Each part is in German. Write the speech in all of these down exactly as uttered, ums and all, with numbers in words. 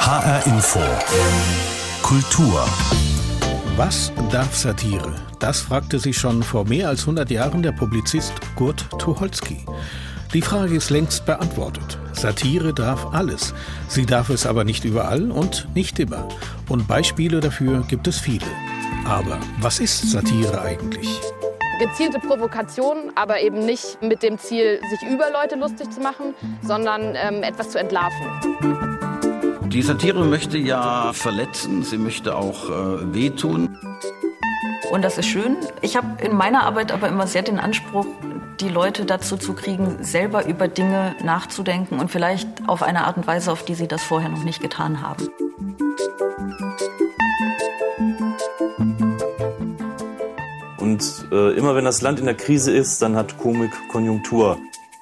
H R Info Kultur. Was darf Satire? Das fragte sich schon vor mehr als hundert Jahren der Publizist Kurt Tucholsky. Die Frage ist längst beantwortet. Satire darf alles. Sie darf es aber nicht überall und nicht immer. Und Beispiele dafür gibt es viele. Aber was ist Satire eigentlich? Gezielte Provokation, aber eben nicht mit dem Ziel, sich über Leute lustig zu machen, sondern ähm, etwas zu entlarven. Die Satire möchte ja verletzen, sie möchte auch äh, wehtun. Und das ist schön. Ich habe in meiner Arbeit aber immer sehr den Anspruch, die Leute dazu zu kriegen, selber über Dinge nachzudenken und vielleicht auf eine Art und Weise, auf die sie das vorher noch nicht getan haben. Und äh, immer wenn das Land in der Krise ist, dann hat Komik Konjunktur.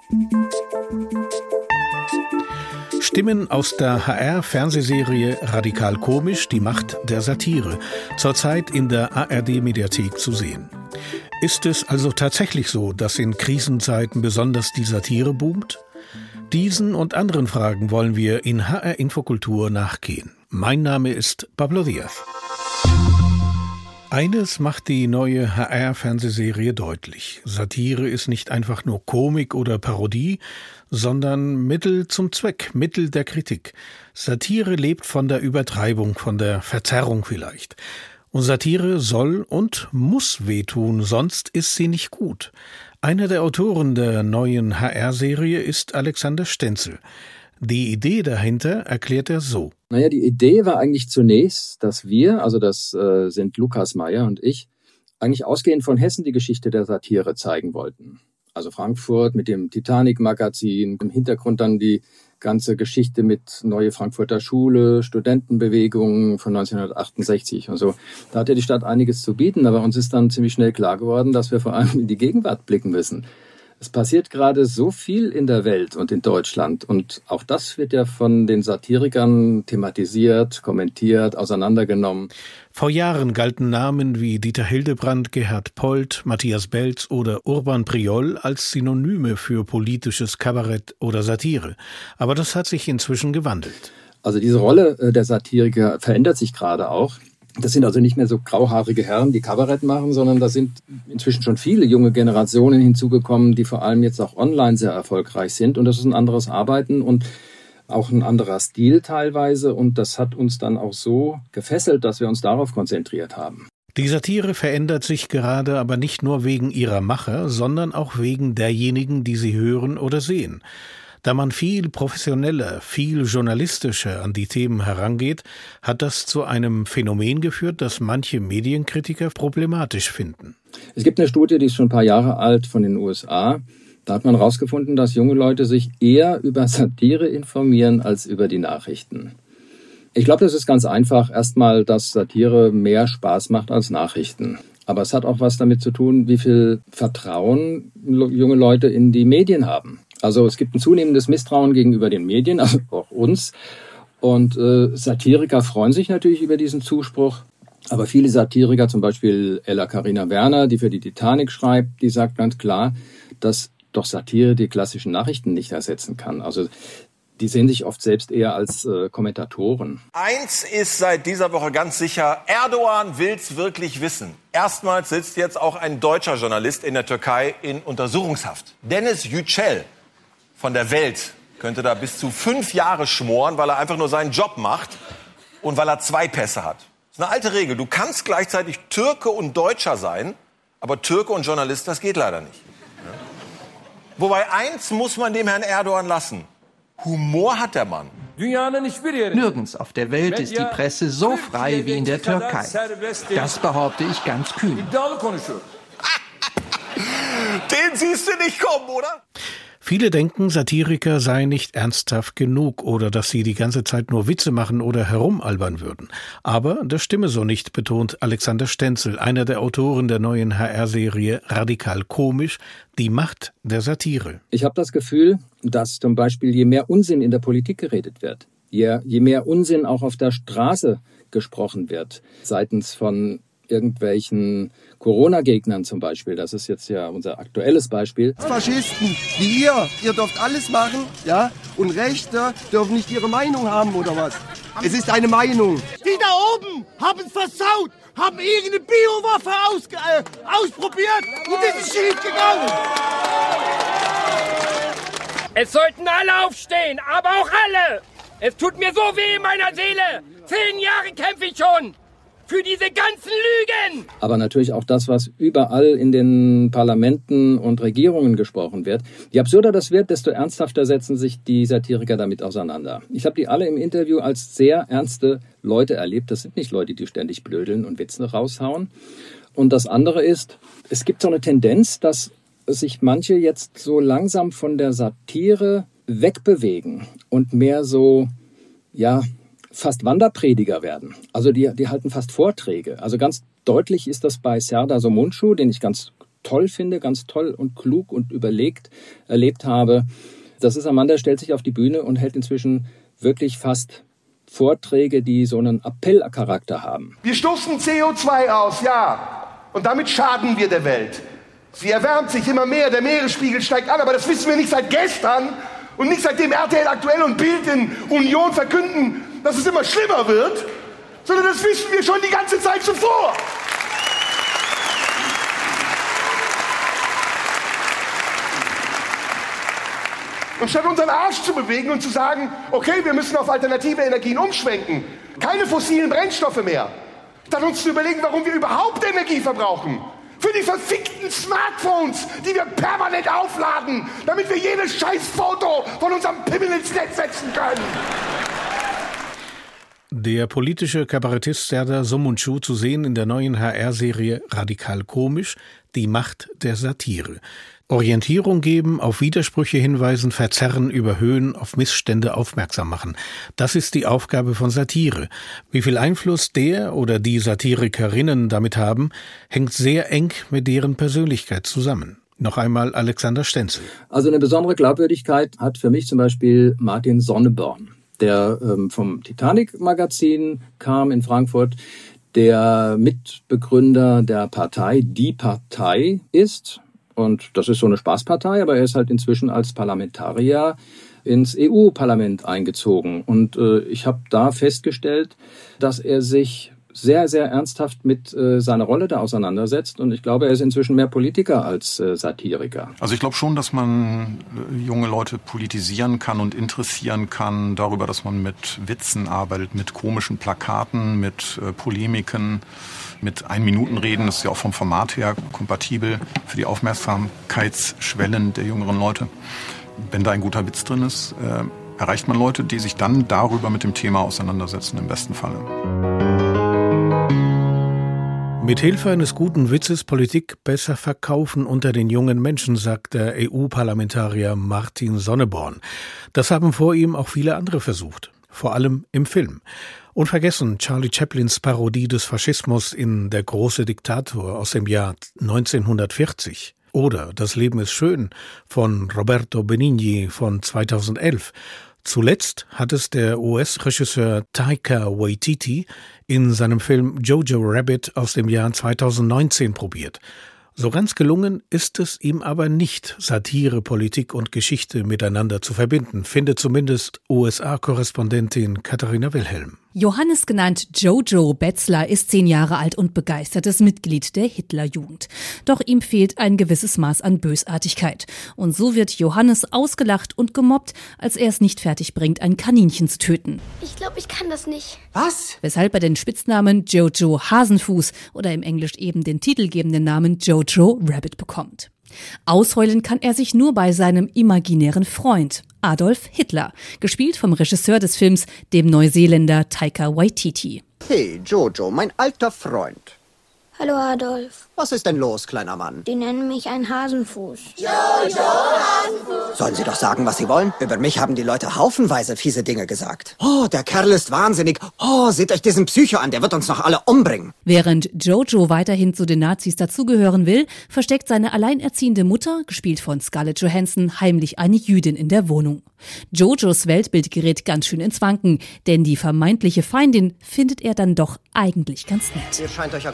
Stimmen aus der H R-Fernsehserie Radikal Komisch, die Macht der Satire, zurzeit in der A R D-Mediathek zu sehen. Ist es also tatsächlich so, dass in Krisenzeiten besonders die Satire boomt? Diesen und anderen Fragen wollen wir in H R Infokultur nachgehen. Mein Name ist Pablo Diaz. Eines macht die neue H R-Fernsehserie deutlich. Satire ist nicht einfach nur Komik oder Parodie, sondern Mittel zum Zweck, Mittel der Kritik. Satire lebt von der Übertreibung, von der Verzerrung vielleicht. Und Satire soll und muss wehtun, sonst ist sie nicht gut. Einer der Autoren der neuen H R-Serie ist Alexander Stenzel. Die Idee dahinter erklärt er so. Naja, die Idee war eigentlich zunächst, dass wir, also das äh, sind Lukas Meyer und ich, eigentlich ausgehend von Hessen die Geschichte der Satire zeigen wollten. Also Frankfurt mit dem Titanic-Magazin, im Hintergrund dann die ganze Geschichte mit Neue Frankfurter Schule, Studentenbewegungen von neunzehnhundertachtundsechzig und so. Da hat ja die Stadt einiges zu bieten, aber uns ist dann ziemlich schnell klar geworden, dass wir vor allem in die Gegenwart blicken müssen. Es passiert gerade so viel in der Welt und in Deutschland und auch das wird ja von den Satirikern thematisiert, kommentiert, auseinandergenommen. Vor Jahren galten Namen wie Dieter Hildebrandt, Gerhard Polt, Matthias Belz oder Urban Priol als Synonyme für politisches Kabarett oder Satire. Aber das hat sich inzwischen gewandelt. Also diese Rolle der Satiriker verändert sich gerade auch. Das sind also nicht mehr so grauhaarige Herren, die Kabarett machen, sondern da sind inzwischen schon viele junge Generationen hinzugekommen, die vor allem jetzt auch online sehr erfolgreich sind. Und das ist ein anderes Arbeiten und auch ein anderer Stil teilweise. Und das hat uns dann auch so gefesselt, dass wir uns darauf konzentriert haben. Die Satire verändert sich gerade aber nicht nur wegen ihrer Macher, sondern auch wegen derjenigen, die sie hören oder sehen. Da man viel professioneller, viel journalistischer an die Themen herangeht, hat das zu einem Phänomen geführt, das manche Medienkritiker problematisch finden. Es gibt eine Studie, die ist schon ein paar Jahre alt, von den U S A. Da hat man herausgefunden, dass junge Leute sich eher über Satire informieren als über die Nachrichten. Ich glaube, das ist ganz einfach. Erstmal, dass Satire mehr Spaß macht als Nachrichten. Aber es hat auch was damit zu tun, wie viel Vertrauen junge Leute in die Medien haben. Also es gibt ein zunehmendes Misstrauen gegenüber den Medien, also auch uns. Und äh, Satiriker freuen sich natürlich über diesen Zuspruch. Aber viele Satiriker, zum Beispiel Ella Carina Werner, die für die Titanic schreibt, die sagt ganz klar, dass doch Satire die klassischen Nachrichten nicht ersetzen kann. Also die sehen sich oft selbst eher als äh, Kommentatoren. Eins ist seit dieser Woche ganz sicher, Erdogan will's wirklich wissen. Erstmals sitzt jetzt auch ein deutscher Journalist in der Türkei in Untersuchungshaft. Dennis Yücel von der Welt könnte da bis zu fünf Jahre schmoren, weil er einfach nur seinen Job macht und weil er zwei Pässe hat. Das ist eine alte Regel. Du kannst gleichzeitig Türke und Deutscher sein, aber Türke und Journalist, das geht leider nicht. Ja? Wobei eins muss man dem Herrn Erdogan lassen. Humor hat der Mann. Nirgends auf der Welt ist die Presse so frei wie in der Türkei. Das behaupte ich ganz kühn. Den siehst du nicht kommen, oder? Viele denken, Satiriker seien nicht ernsthaft genug oder dass sie die ganze Zeit nur Witze machen oder herumalbern würden. Aber das stimme so nicht, betont Alexander Stenzel, einer der Autoren der neuen H R-Serie Radikal Komisch, die Macht der Satire. Ich habe das Gefühl, dass zum Beispiel je mehr Unsinn in der Politik geredet wird, je, je mehr Unsinn auch auf der Straße gesprochen wird, seitens von irgendwelchen Corona-Gegnern zum Beispiel, das ist jetzt ja unser aktuelles Beispiel. Faschisten wie ihr, ihr dürft alles machen, ja, und Rechte dürfen nicht ihre Meinung haben oder was? Es ist eine Meinung. Die da oben haben es versaut, haben irgendeine Biowaffe ausge äh, ausprobiert und es ist schief gegangen. Es sollten alle aufstehen, aber auch alle. Es tut mir so weh in meiner Seele. Zehn Jahre kämpfe ich schon für diese ganzen Lügen. Aber natürlich auch das, was überall in den Parlamenten und Regierungen gesprochen wird. Je absurder das wird, desto ernsthafter setzen sich die Satiriker damit auseinander. Ich habe die alle im Interview als sehr ernste Leute erlebt. Das sind nicht Leute, die ständig blödeln und Witze raushauen. Und das andere ist, es gibt so eine Tendenz, dass sich manche jetzt so langsam von der Satire wegbewegen und mehr so, ja, fast Wanderprediger werden. Also die, die halten fast Vorträge. Also ganz deutlich ist das bei Serdar Somuncu, den ich ganz toll finde, ganz toll und klug und überlegt erlebt habe. Das ist ein Mann, der stellt sich auf die Bühne und hält inzwischen wirklich fast Vorträge, die so einen Appellcharakter haben. Wir stoßen C O zwei aus, ja. Und damit schaden wir der Welt. Sie erwärmt sich immer mehr, der Meeresspiegel steigt an, aber das wissen wir nicht seit gestern und nicht seitdem R T L Aktuell und Bild in Union verkünden, dass es immer schlimmer wird, sondern das wissen wir schon die ganze Zeit zuvor. Und statt unseren Arsch zu bewegen und zu sagen, okay, wir müssen auf alternative Energien umschwenken, keine fossilen Brennstoffe mehr, statt uns zu überlegen, warum wir überhaupt Energie verbrauchen, für die verfickten Smartphones, die wir permanent aufladen, damit wir jedes scheiß Foto von unserem Pimmel ins Netz setzen können. Der politische Kabarettist Serdar Somuncu zu sehen in der neuen H R-Serie Radikal Komisch, die Macht der Satire. Orientierung geben, auf Widersprüche hinweisen, verzerren, überhöhen, auf Missstände aufmerksam machen. Das ist die Aufgabe von Satire. Wie viel Einfluss der oder die Satirikerinnen damit haben, hängt sehr eng mit deren Persönlichkeit zusammen. Noch einmal Alexander Stenzel. Also eine besondere Glaubwürdigkeit hat für mich zum Beispiel Martin Sonneborn, der ähm, vom Titanic-Magazin kam in Frankfurt, der Mitbegründer der Partei Die Partei ist. Und das ist so eine Spaßpartei, aber er ist halt inzwischen als Parlamentarier ins E U-Parlament eingezogen. Und äh, ich habe da festgestellt, dass er sich sehr, sehr ernsthaft mit äh, seiner Rolle da auseinandersetzt. Und ich glaube, er ist inzwischen mehr Politiker als äh, Satiriker. Also ich glaube schon, dass man äh, junge Leute politisieren kann und interessieren kann darüber, dass man mit Witzen arbeitet, mit komischen Plakaten, mit äh, Polemiken, mit Ein-Minuten-Reden. Das ist ja auch vom Format her kompatibel für die Aufmerksamkeitsschwellen der jüngeren Leute. Wenn da ein guter Witz drin ist, äh, erreicht man Leute, die sich dann darüber mit dem Thema auseinandersetzen, im besten Falle. Mit Hilfe eines guten Witzes Politik besser verkaufen unter den jungen Menschen, sagt der E U-Parlamentarier Martin Sonneborn. Das haben vor ihm auch viele andere versucht, vor allem im Film. Unvergessen Charlie Chaplins Parodie des Faschismus in Der große Diktator aus dem Jahr neunzehnhundertvierzig. Oder Das Leben ist schön von Roberto Benigni von zweitausendelf. Zuletzt hat es der U S-Regisseur Taika Waititi in seinem Film Jojo Rabbit aus dem Jahr zweitausendneunzehn probiert. So ganz gelungen ist es ihm aber nicht, Satire, Politik und Geschichte miteinander zu verbinden, findet zumindest U S A-Korrespondentin Katharina Wilhelm. Johannes, genannt Jojo Betzler, ist zehn Jahre alt und begeistertes Mitglied der Hitlerjugend. Doch ihm fehlt ein gewisses Maß an Bösartigkeit. Und so wird Johannes ausgelacht und gemobbt, als er es nicht fertig bringt, ein Kaninchen zu töten. Ich glaube, ich kann das nicht. Was? Weshalb er den Spitznamen Jojo Hasenfuß oder im Englisch eben den titelgebenden Namen Jojo Rabbit bekommt. Ausheulen kann er sich nur bei seinem imaginären Freund Adolf Hitler, gespielt vom Regisseur des Films, dem Neuseeländer Taika Waititi. Hey Jojo, mein alter Freund. Hallo Adolf. Was ist denn los, kleiner Mann? Die nennen mich einen Hasenfuß. Jojo Hasenfuß. Sollen Sie doch sagen, was Sie wollen? Über mich haben die Leute haufenweise fiese Dinge gesagt. Oh, der Kerl ist wahnsinnig. Oh, seht euch diesen Psycho an, der wird uns noch alle umbringen. Während Jojo weiterhin zu den Nazis dazugehören will, versteckt seine alleinerziehende Mutter, gespielt von Scarlett Johansson, heimlich eine Jüdin in der Wohnung. Jojos Weltbild gerät ganz schön ins Wanken, denn die vermeintliche Feindin findet er dann doch eigentlich ganz nett. Ihr scheint euch ja gut zu vertragen.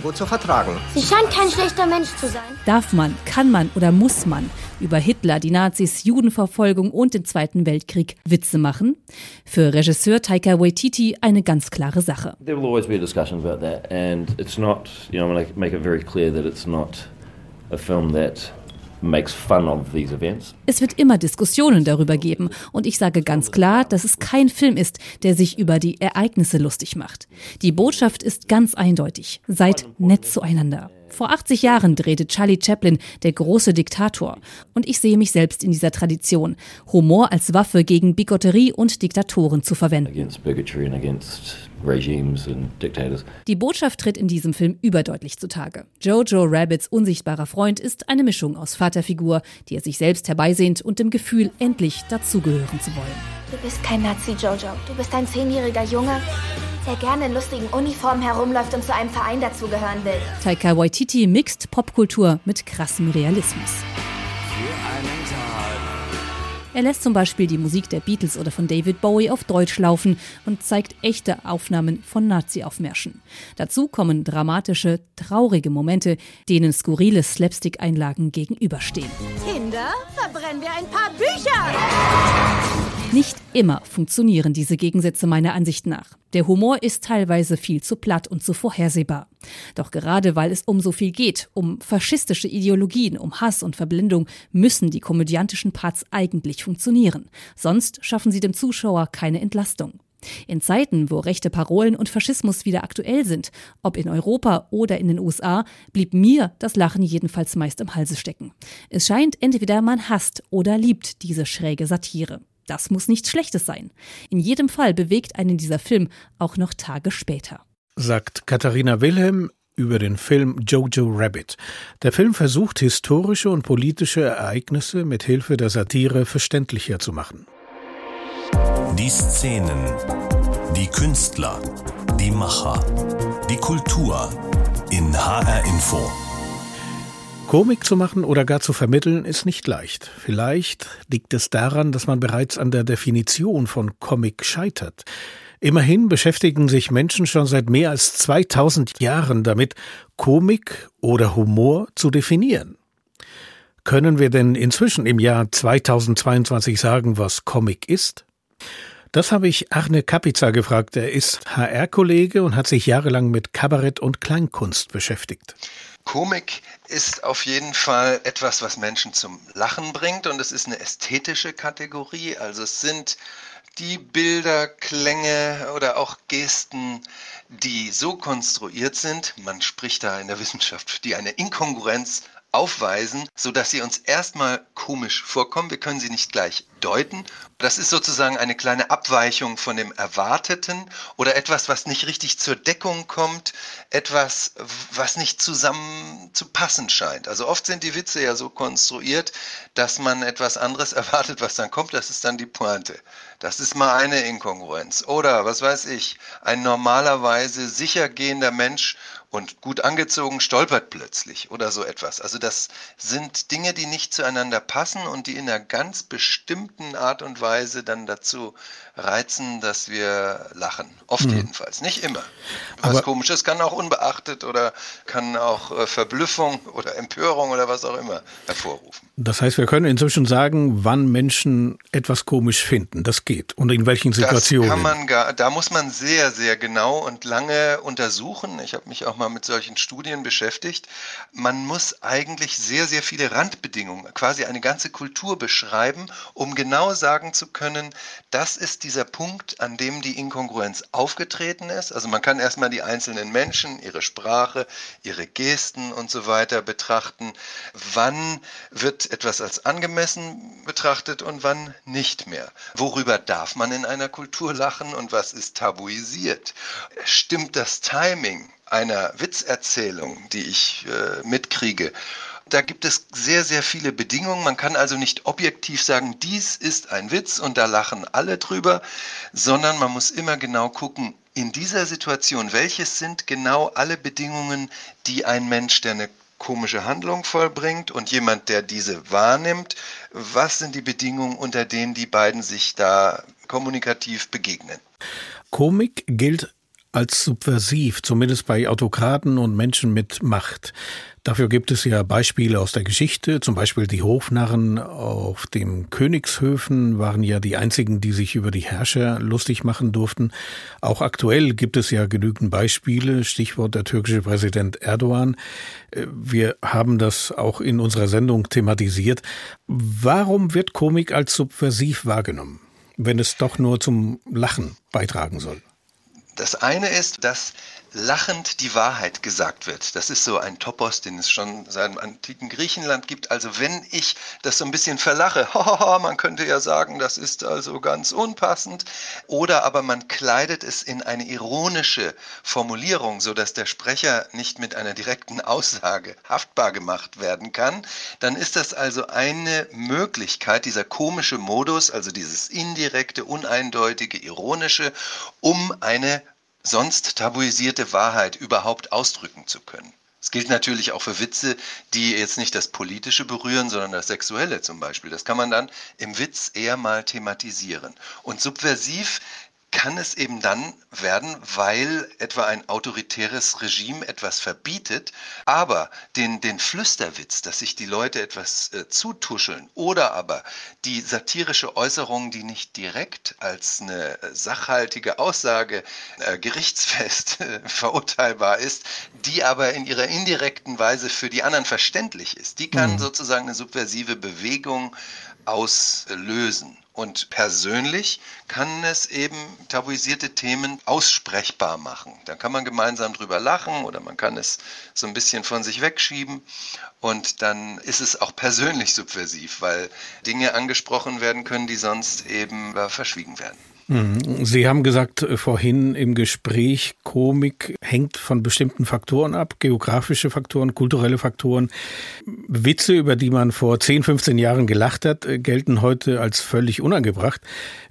ertragen. Sie scheint kein schlechter Mensch zu sein. Darf man, kann man oder muss man über Hitler, die Nazis, Judenverfolgung und den Zweiten Weltkrieg Witze machen? Für Regisseur Taika Waititi eine ganz klare Sache. There will always be a discussion about that, and it's not, you know, I want to make it very clear that it's not a film that makes fun of these events. Es wird immer Diskussionen darüber geben und ich sage ganz klar, dass es kein Film ist, der sich über die Ereignisse lustig macht. Die Botschaft ist ganz eindeutig. Seid nett zueinander. Vor achtzig Jahren drehte Charlie Chaplin Der große Diktator. Und ich sehe mich selbst in dieser Tradition, Humor als Waffe gegen Bigotterie und Diktatoren zu verwenden. Against bigotry and against regimes and dictators. Die Botschaft tritt in diesem Film überdeutlich zutage. Jojo Rabbits unsichtbarer Freund ist eine Mischung aus Vaterfigur, die er sich selbst herbeisehnt, und dem Gefühl, endlich dazugehören zu wollen. Du bist kein Nazi, Jojo. Du bist ein zehnjähriger Junge, der gerne in lustigen Uniformen herumläuft und zu einem Verein dazugehören will. Taika Waititi mixt Popkultur mit krassem Realismus. Er lässt zum Beispiel die Musik der Beatles oder von David Bowie auf Deutsch laufen und zeigt echte Aufnahmen von Nazi-Aufmärschen. Dazu kommen dramatische, traurige Momente, denen skurrile Slapstick-Einlagen gegenüberstehen. Kinder, verbrennen wir ein paar Bücher! Nicht immer funktionieren diese Gegensätze meiner Ansicht nach. Der Humor ist teilweise viel zu platt und zu vorhersehbar. Doch gerade weil es um so viel geht, um faschistische Ideologien, um Hass und Verblendung, müssen die komödiantischen Parts eigentlich funktionieren. Sonst schaffen sie dem Zuschauer keine Entlastung. In Zeiten, wo rechte Parolen und Faschismus wieder aktuell sind, ob in Europa oder in den U S A, blieb mir das Lachen jedenfalls meist im Halse stecken. Es scheint, entweder man hasst oder liebt diese schräge Satire. Das muss nichts Schlechtes sein. In jedem Fall bewegt einen dieser Film auch noch Tage später. Sagt Katharina Wilhelm über den Film Jojo Rabbit. Der Film versucht, historische und politische Ereignisse mit Hilfe der Satire verständlicher zu machen. Die Szenen, die Künstler, die Macher, die Kultur in H R Info. Komik zu machen oder gar zu vermitteln ist nicht leicht. Vielleicht liegt es daran, dass man bereits an der Definition von Comic scheitert. Immerhin beschäftigen sich Menschen schon seit mehr als zweitausend Jahren damit, Komik oder Humor zu definieren. Können wir denn inzwischen im Jahr zweitausendzweiundzwanzig sagen, was Comic ist? Das habe ich Arne Kapitza gefragt. Er ist H R-Kollege und hat sich jahrelang mit Kabarett und Kleinkunst beschäftigt. Komik ist auf jeden Fall etwas, was Menschen zum Lachen bringt, und es ist eine ästhetische Kategorie. Also es sind die Bilder, Klänge oder auch Gesten, die so konstruiert sind, man spricht da in der Wissenschaft, die eine Inkongruenz aufweisen, sodass sie uns erstmal komisch vorkommen. Wir können sie nicht gleich deuten. Das ist sozusagen eine kleine Abweichung von dem Erwarteten oder etwas, was nicht richtig zur Deckung kommt, etwas, was nicht zusammen zu passen scheint. Also oft sind die Witze ja so konstruiert, dass man etwas anderes erwartet, was dann kommt. Das ist dann die Pointe. Das ist mal eine Inkongruenz. Oder, was weiß ich, ein normalerweise sicher gehender Mensch und gut angezogen stolpert plötzlich oder so etwas. Also das sind Dinge, die nicht zueinander passen und die in einer ganz bestimmten Art und Weise dann dazu reizen, dass wir lachen. Oft mhm. jedenfalls, nicht immer. Was Aber Komisches kann auch unbeachtet oder kann auch äh, Verblüffung oder Empörung oder was auch immer hervorrufen. Das heißt, wir können inzwischen sagen, wann Menschen etwas komisch finden. Das geht. Und in welchen Situationen. Das kann man gar, da muss man sehr, sehr genau und lange untersuchen. Ich habe mich auch mal mit solchen Studien beschäftigt. Man muss eigentlich sehr, sehr viele Randbedingungen, quasi eine ganze Kultur beschreiben, um genau sagen zu können, das ist dieser Punkt, an dem die Inkongruenz aufgetreten ist. Also man kann erstmal die einzelnen Menschen, ihre Sprache, ihre Gesten und so weiter betrachten. Wann wird etwas als angemessen betrachtet und wann nicht mehr? Worüber darf man in einer Kultur lachen und was ist tabuisiert? Stimmt das Timing einer Witzerzählung, die ich äh, mitkriege? Da gibt es sehr, sehr viele Bedingungen. Man kann also nicht objektiv sagen, dies ist ein Witz und da lachen alle drüber, sondern man muss immer genau gucken, in dieser Situation, welches sind genau alle Bedingungen, die ein Mensch, der eine komische Handlung vollbringt und jemand, der diese wahrnimmt, was sind die Bedingungen, unter denen die beiden sich da kommunikativ begegnen? Komik gilt als subversiv, zumindest bei Autokraten und Menschen mit Macht. Dafür gibt es ja Beispiele aus der Geschichte, zum Beispiel die Hofnarren auf den Königshöfen waren ja die einzigen, die sich über die Herrscher lustig machen durften. Auch aktuell gibt es ja genügend Beispiele, Stichwort der türkische Präsident Erdogan. Wir haben das auch in unserer Sendung thematisiert. Warum wird Komik als subversiv wahrgenommen, wenn es doch nur zum Lachen beitragen soll? Das eine ist, dass lachend die Wahrheit gesagt wird. Das ist so ein Topos, den es schon seit dem antiken Griechenland gibt. Also wenn ich das so ein bisschen verlache, man könnte ja sagen, das ist also ganz unpassend. Oder aber man kleidet es in eine ironische Formulierung, sodass der Sprecher nicht mit einer direkten Aussage haftbar gemacht werden kann. Dann ist das also eine Möglichkeit, dieser komische Modus, also dieses indirekte, uneindeutige, ironische, um eine sonst tabuisierte Wahrheit überhaupt ausdrücken zu können. Es gilt natürlich auch für Witze, die jetzt nicht das Politische berühren, sondern das Sexuelle zum Beispiel. Das kann man dann im Witz eher mal thematisieren. Und subversiv kann es eben dann werden, weil etwa ein autoritäres Regime etwas verbietet, aber den, den Flüsterwitz, dass sich die Leute etwas äh, zutuscheln, oder aber die satirische Äußerung, die nicht direkt als eine sachhaltige Aussage äh, gerichtsfest äh, verurteilbar ist, die aber in ihrer indirekten Weise für die anderen verständlich ist, die kann mhm. sozusagen eine subversive Bewegung auslösen. Und persönlich kann es eben tabuisierte Themen aussprechbar machen. Da kann man gemeinsam drüber lachen oder man kann es so ein bisschen von sich wegschieben. Und dann ist es auch persönlich subversiv, weil Dinge angesprochen werden können, die sonst eben verschwiegen werden. Sie haben gesagt vorhin im Gespräch, Komik hängt von bestimmten Faktoren ab, geografische Faktoren, kulturelle Faktoren. Witze, über die man vor zehn, fünfzehn Jahren gelacht hat, gelten heute als völlig unangebracht.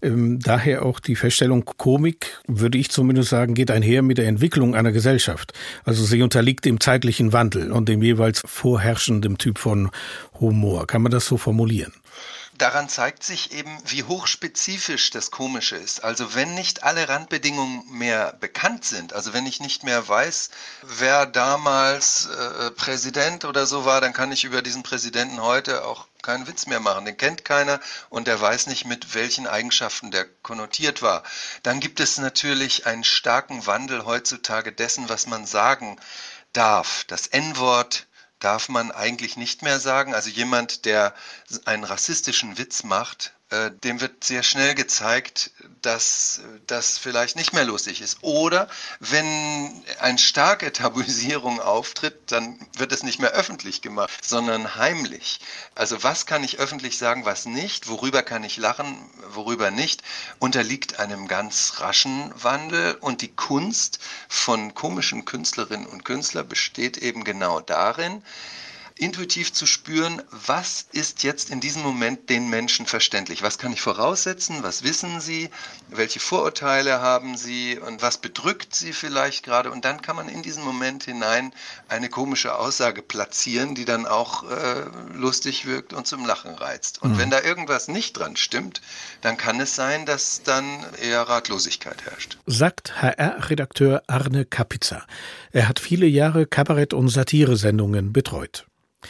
Daher auch die Feststellung, Komik, würde ich zumindest sagen, geht einher mit der Entwicklung einer Gesellschaft. Also sie unterliegt dem zeitlichen Wandel und dem jeweils vorherrschenden Typ von Humor. Kann man das so formulieren? Daran zeigt sich eben, wie hochspezifisch das Komische ist. Also wenn nicht alle Randbedingungen mehr bekannt sind, also wenn ich nicht mehr weiß, wer damals äh, Präsident oder so war, dann kann ich über diesen Präsidenten heute auch keinen Witz mehr machen. Den kennt keiner und der weiß nicht, mit welchen Eigenschaften der konnotiert war. Dann gibt es natürlich einen starken Wandel heutzutage dessen, was man sagen darf. Das En-Wort darf man eigentlich nicht mehr sagen. Also jemand, der einen rassistischen Witz macht, äh, dem wird sehr schnell gezeigt, dass das vielleicht nicht mehr lustig ist. Oder wenn eine starke Tabuisierung auftritt, dann wird es nicht mehr öffentlich gemacht, sondern heimlich. Also was kann ich öffentlich sagen, was nicht? Worüber kann ich lachen, worüber nicht? Unterliegt einem ganz raschen Wandel. Und die Kunst von komischen Künstlerinnen und Künstlern besteht eben genau darin, intuitiv zu spüren, was ist jetzt in diesem Moment den Menschen verständlich? Was kann ich voraussetzen? Was wissen sie? Welche Vorurteile haben sie? Und was bedrückt sie vielleicht gerade? Und dann kann man in diesen Moment hinein eine komische Aussage platzieren, die dann auch äh, lustig wirkt und zum Lachen reizt. Und mhm. wenn da irgendwas nicht dran stimmt, dann kann es sein, dass dann eher Ratlosigkeit herrscht. Sagt H R-Redakteur Arne Kapitzer. Er hat viele Jahre Kabarett- und Satiresendungen betreut.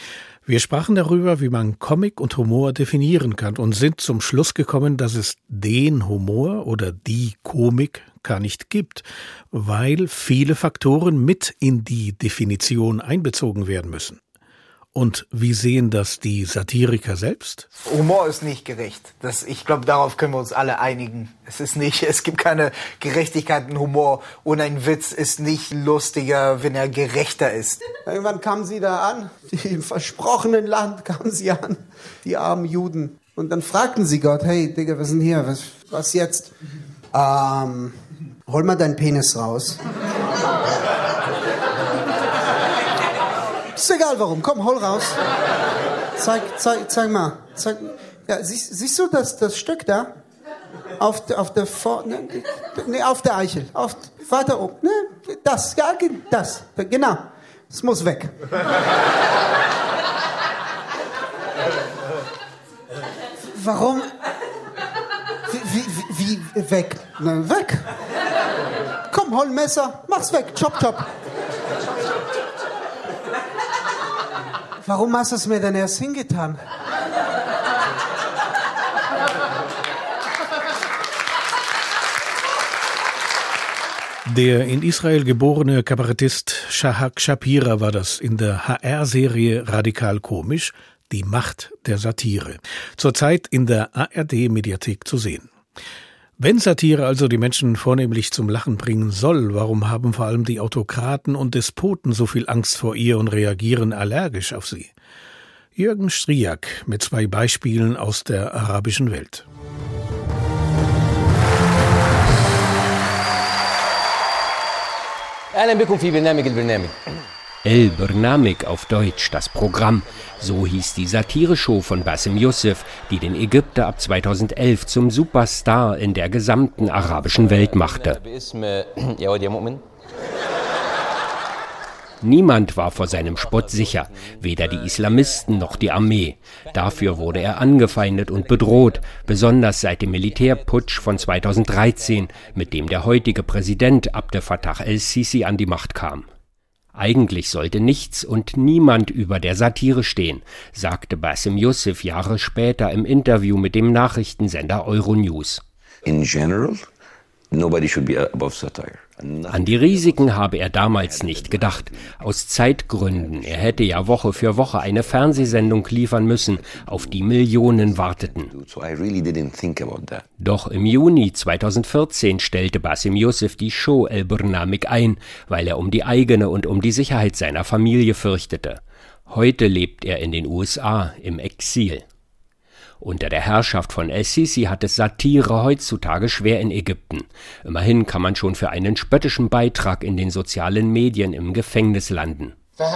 Wir sprachen darüber, wie man Comic und Humor definieren kann und sind zum Schluss gekommen, dass es den Humor oder die Komik gar nicht gibt, weil viele Faktoren mit in die Definition einbezogen werden müssen. Und wie sehen das die Satiriker selbst? Humor ist nicht gerecht. Das, ich glaube, darauf können wir uns alle einigen. Es ist nicht, es gibt keine Gerechtigkeit in Humor und ein Witz ist nicht lustiger, wenn er gerechter ist. Irgendwann kamen sie da an, im versprochenen Land kamen sie an, die armen Juden. Und dann fragten sie Gott, hey Digga, was ist denn hier, was, was jetzt? Ähm, hol mal deinen Penis raus. Ist egal warum, komm, hol raus. Zeig, zeig, zeig mal. Zeig, ja, siehst, siehst du das, das Stück da? Auf, der, auf der Vor... Ne, ne, auf der Eichel. Auf, weiter oben. Ne, das, ja, das. Genau. Es muss weg. Warum? Wie, wie, wie weg? Na, weg. Komm, komm, hol ein Messer, mach's weg, chop, chop. Warum hast du es mir denn erst hingetan? Der in Israel geborene Kabarettist Shahak Shapira war das in der H R-Serie Radikal Komisch, die Macht der Satire. Zurzeit in der A R D-Mediathek zu sehen. Wenn Satire also die Menschen vornehmlich zum Lachen bringen soll, warum haben vor allem die Autokraten und Despoten so viel Angst vor ihr und reagieren allergisch auf sie? Jürgen Striak mit zwei Beispielen aus der arabischen Welt. El Bernamik auf Deutsch, das Programm. So hieß die Satireshow von Bassem Youssef, die den Ägypter ab zweitausendelf zum Superstar in der gesamten arabischen Welt machte. Niemand war vor seinem Spott sicher, weder die Islamisten noch die Armee. Dafür wurde er angefeindet und bedroht, besonders seit dem Militärputsch von zweitausenddreizehn, mit dem der heutige Präsident Abdel Fattah el-Sisi an die Macht kam. Eigentlich sollte nichts und niemand über der Satire stehen, sagte Bassem Youssef Jahre später im Interview mit dem Nachrichtensender Euronews. In general, nobody should be above satire. An die Risiken habe er damals nicht gedacht, aus Zeitgründen. Er hätte ja Woche für Woche eine Fernsehsendung liefern müssen, auf die Millionen warteten. Doch im Juni zweitausendvierzehn stellte Bassem Youssef die Show El Bernamik ein, weil er um die eigene und um die Sicherheit seiner Familie fürchtete. Heute lebt er in den U S A im Exil. Unter der Herrschaft von el-Sisi hat es Satire heutzutage schwer in Ägypten. Immerhin kann man schon für einen spöttischen Beitrag in den sozialen Medien im Gefängnis landen.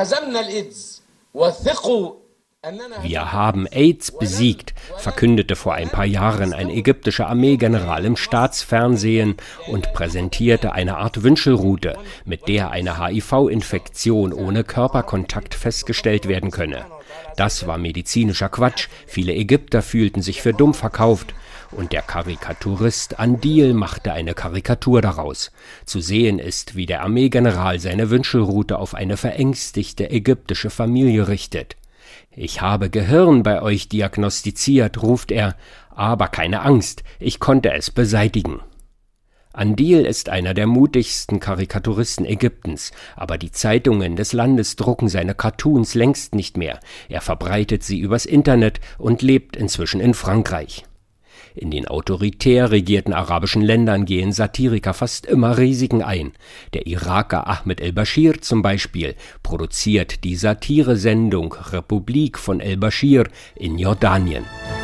Wir haben AIDS besiegt, verkündete vor ein paar Jahren ein ägyptischer Armeegeneral im Staatsfernsehen und präsentierte eine Art Wünschelrute, mit der eine H I V-Infektion ohne Körperkontakt festgestellt werden könne. Das war medizinischer Quatsch, viele Ägypter fühlten sich für dumm verkauft und der Karikaturist Andil machte eine Karikatur daraus. Zu sehen ist, wie der Armeegeneral seine Wünschelrute auf eine verängstigte ägyptische Familie richtet. »Ich habe Gehirn bei euch diagnostiziert«, ruft er, »aber keine Angst, ich konnte es beseitigen.« Andil ist einer der mutigsten Karikaturisten Ägyptens, aber die Zeitungen des Landes drucken seine Cartoons längst nicht mehr. Er verbreitet sie übers Internet und lebt inzwischen in Frankreich. In den autoritär regierten arabischen Ländern gehen Satiriker fast immer Risiken ein. Der Iraker Ahmed el-Bashir zum Beispiel produziert die Satiresendung Republik von el-Bashir in Jordanien.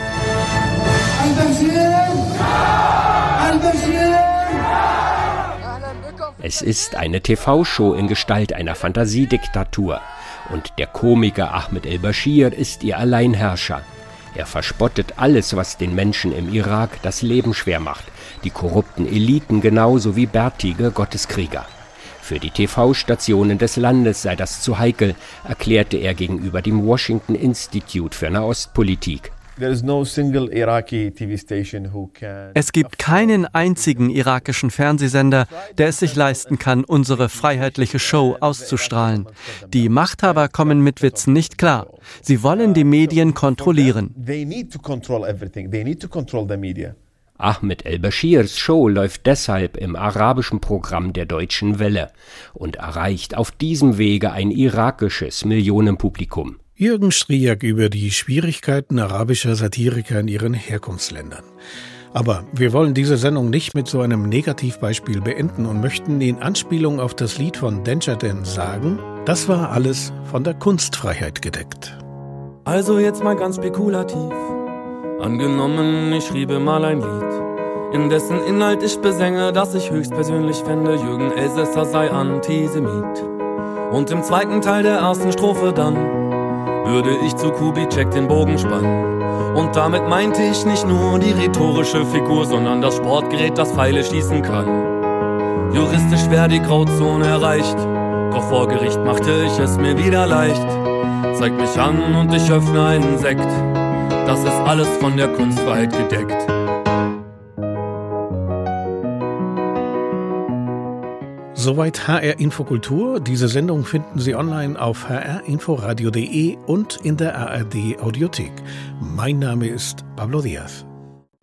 Es ist eine T V-Show in Gestalt einer Fantasiediktatur. Und der Komiker Ahmed el-Bashir ist ihr Alleinherrscher. Er verspottet alles, was den Menschen im Irak das Leben schwer macht. Die korrupten Eliten genauso wie bärtige Gotteskrieger. Für die T V-Stationen des Landes sei das zu heikel, erklärte er gegenüber dem Washington Institute für Nahostpolitik. Es gibt keinen einzigen irakischen Fernsehsender, der es sich leisten kann, unsere freiheitliche Show auszustrahlen. Die Machthaber kommen mit Witzen nicht klar. Sie wollen die Medien kontrollieren. Ahmed el-Bashirs Show läuft deshalb im arabischen Programm der Deutschen Welle und erreicht auf diesem Wege ein irakisches Millionenpublikum. Jürgen Striak über die Schwierigkeiten arabischer Satiriker in ihren Herkunftsländern. Aber wir wollen diese Sendung nicht mit so einem Negativbeispiel beenden und möchten in Anspielung auf das Lied von Desjardins sagen, das war alles von der Kunstfreiheit gedeckt. Also jetzt mal ganz spekulativ. Angenommen, ich schriebe mal ein Lied, in dessen Inhalt ich besänge, dass ich höchstpersönlich fände, Jürgen Elsässer sei Antisemit. Und im zweiten Teil der ersten Strophe dann würde ich zu Kubitschek den Bogen spannen. Und damit meinte ich nicht nur die rhetorische Figur, sondern das Sportgerät, das Pfeile schießen kann. Juristisch wäre die Grauzone erreicht, doch vor Gericht machte ich es mir wieder leicht. Zeig mich an und ich öffne einen Sekt, das ist alles von der Kunstfreiheit gedeckt. Soweit H R Infokultur. Diese Sendung finden Sie online auf h r inforadio punkt d e und in der A R D Audiothek. Mein Name ist Pablo Diaz.